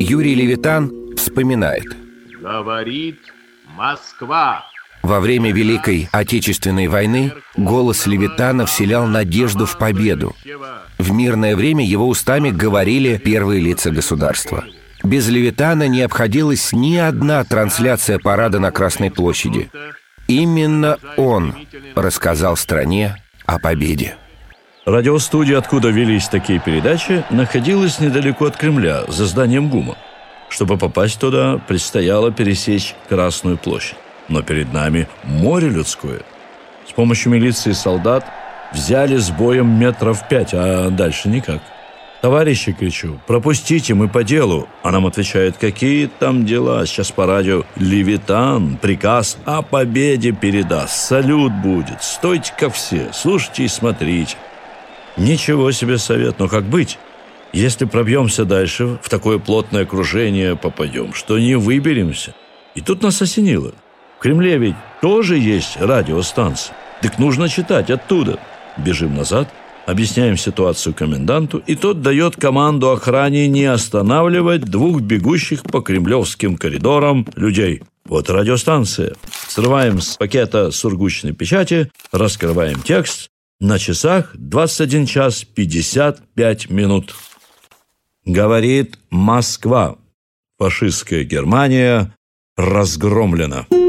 Юрий Левитан вспоминает. Говорит Москва. Во время Великой Отечественной войны голос Левитана вселял надежду в победу. В мирное время его устами говорили первые лица государства. Без Левитана не обходилась ни одна трансляция парада на Красной площади. Именно он рассказал стране о победе. Радиостудия, откуда велись такие передачи, находилась недалеко от Кремля, за зданием ГУМа. Чтобы попасть туда, предстояло пересечь Красную площадь. Но перед нами море людское. С помощью милиции и солдат взяли с боем метров 5, а дальше никак. «Товарищи, — кричу, — пропустите, мы по делу». А нам отвечают: какие там дела? Сейчас по радио Левитан приказ о победе передаст. Салют будет. Стойте, как все. Слушайте и смотрите. Ничего себе совет. Но как быть? Если пробьемся дальше, в такое плотное окружение попадем, что не выберемся. И тут нас осенило. В Кремле ведь тоже есть радиостанция. Так нужно читать оттуда. Бежим назад, объясняем ситуацию коменданту, и тот дает команду охране не останавливать двух бегущих по кремлевским коридорам людей. Вот радиостанция. Срываем с пакета сургучной печати, раскрываем текст. На часах 21 час 55 минут. Говорит Москва. Фашистская Германия разгромлена.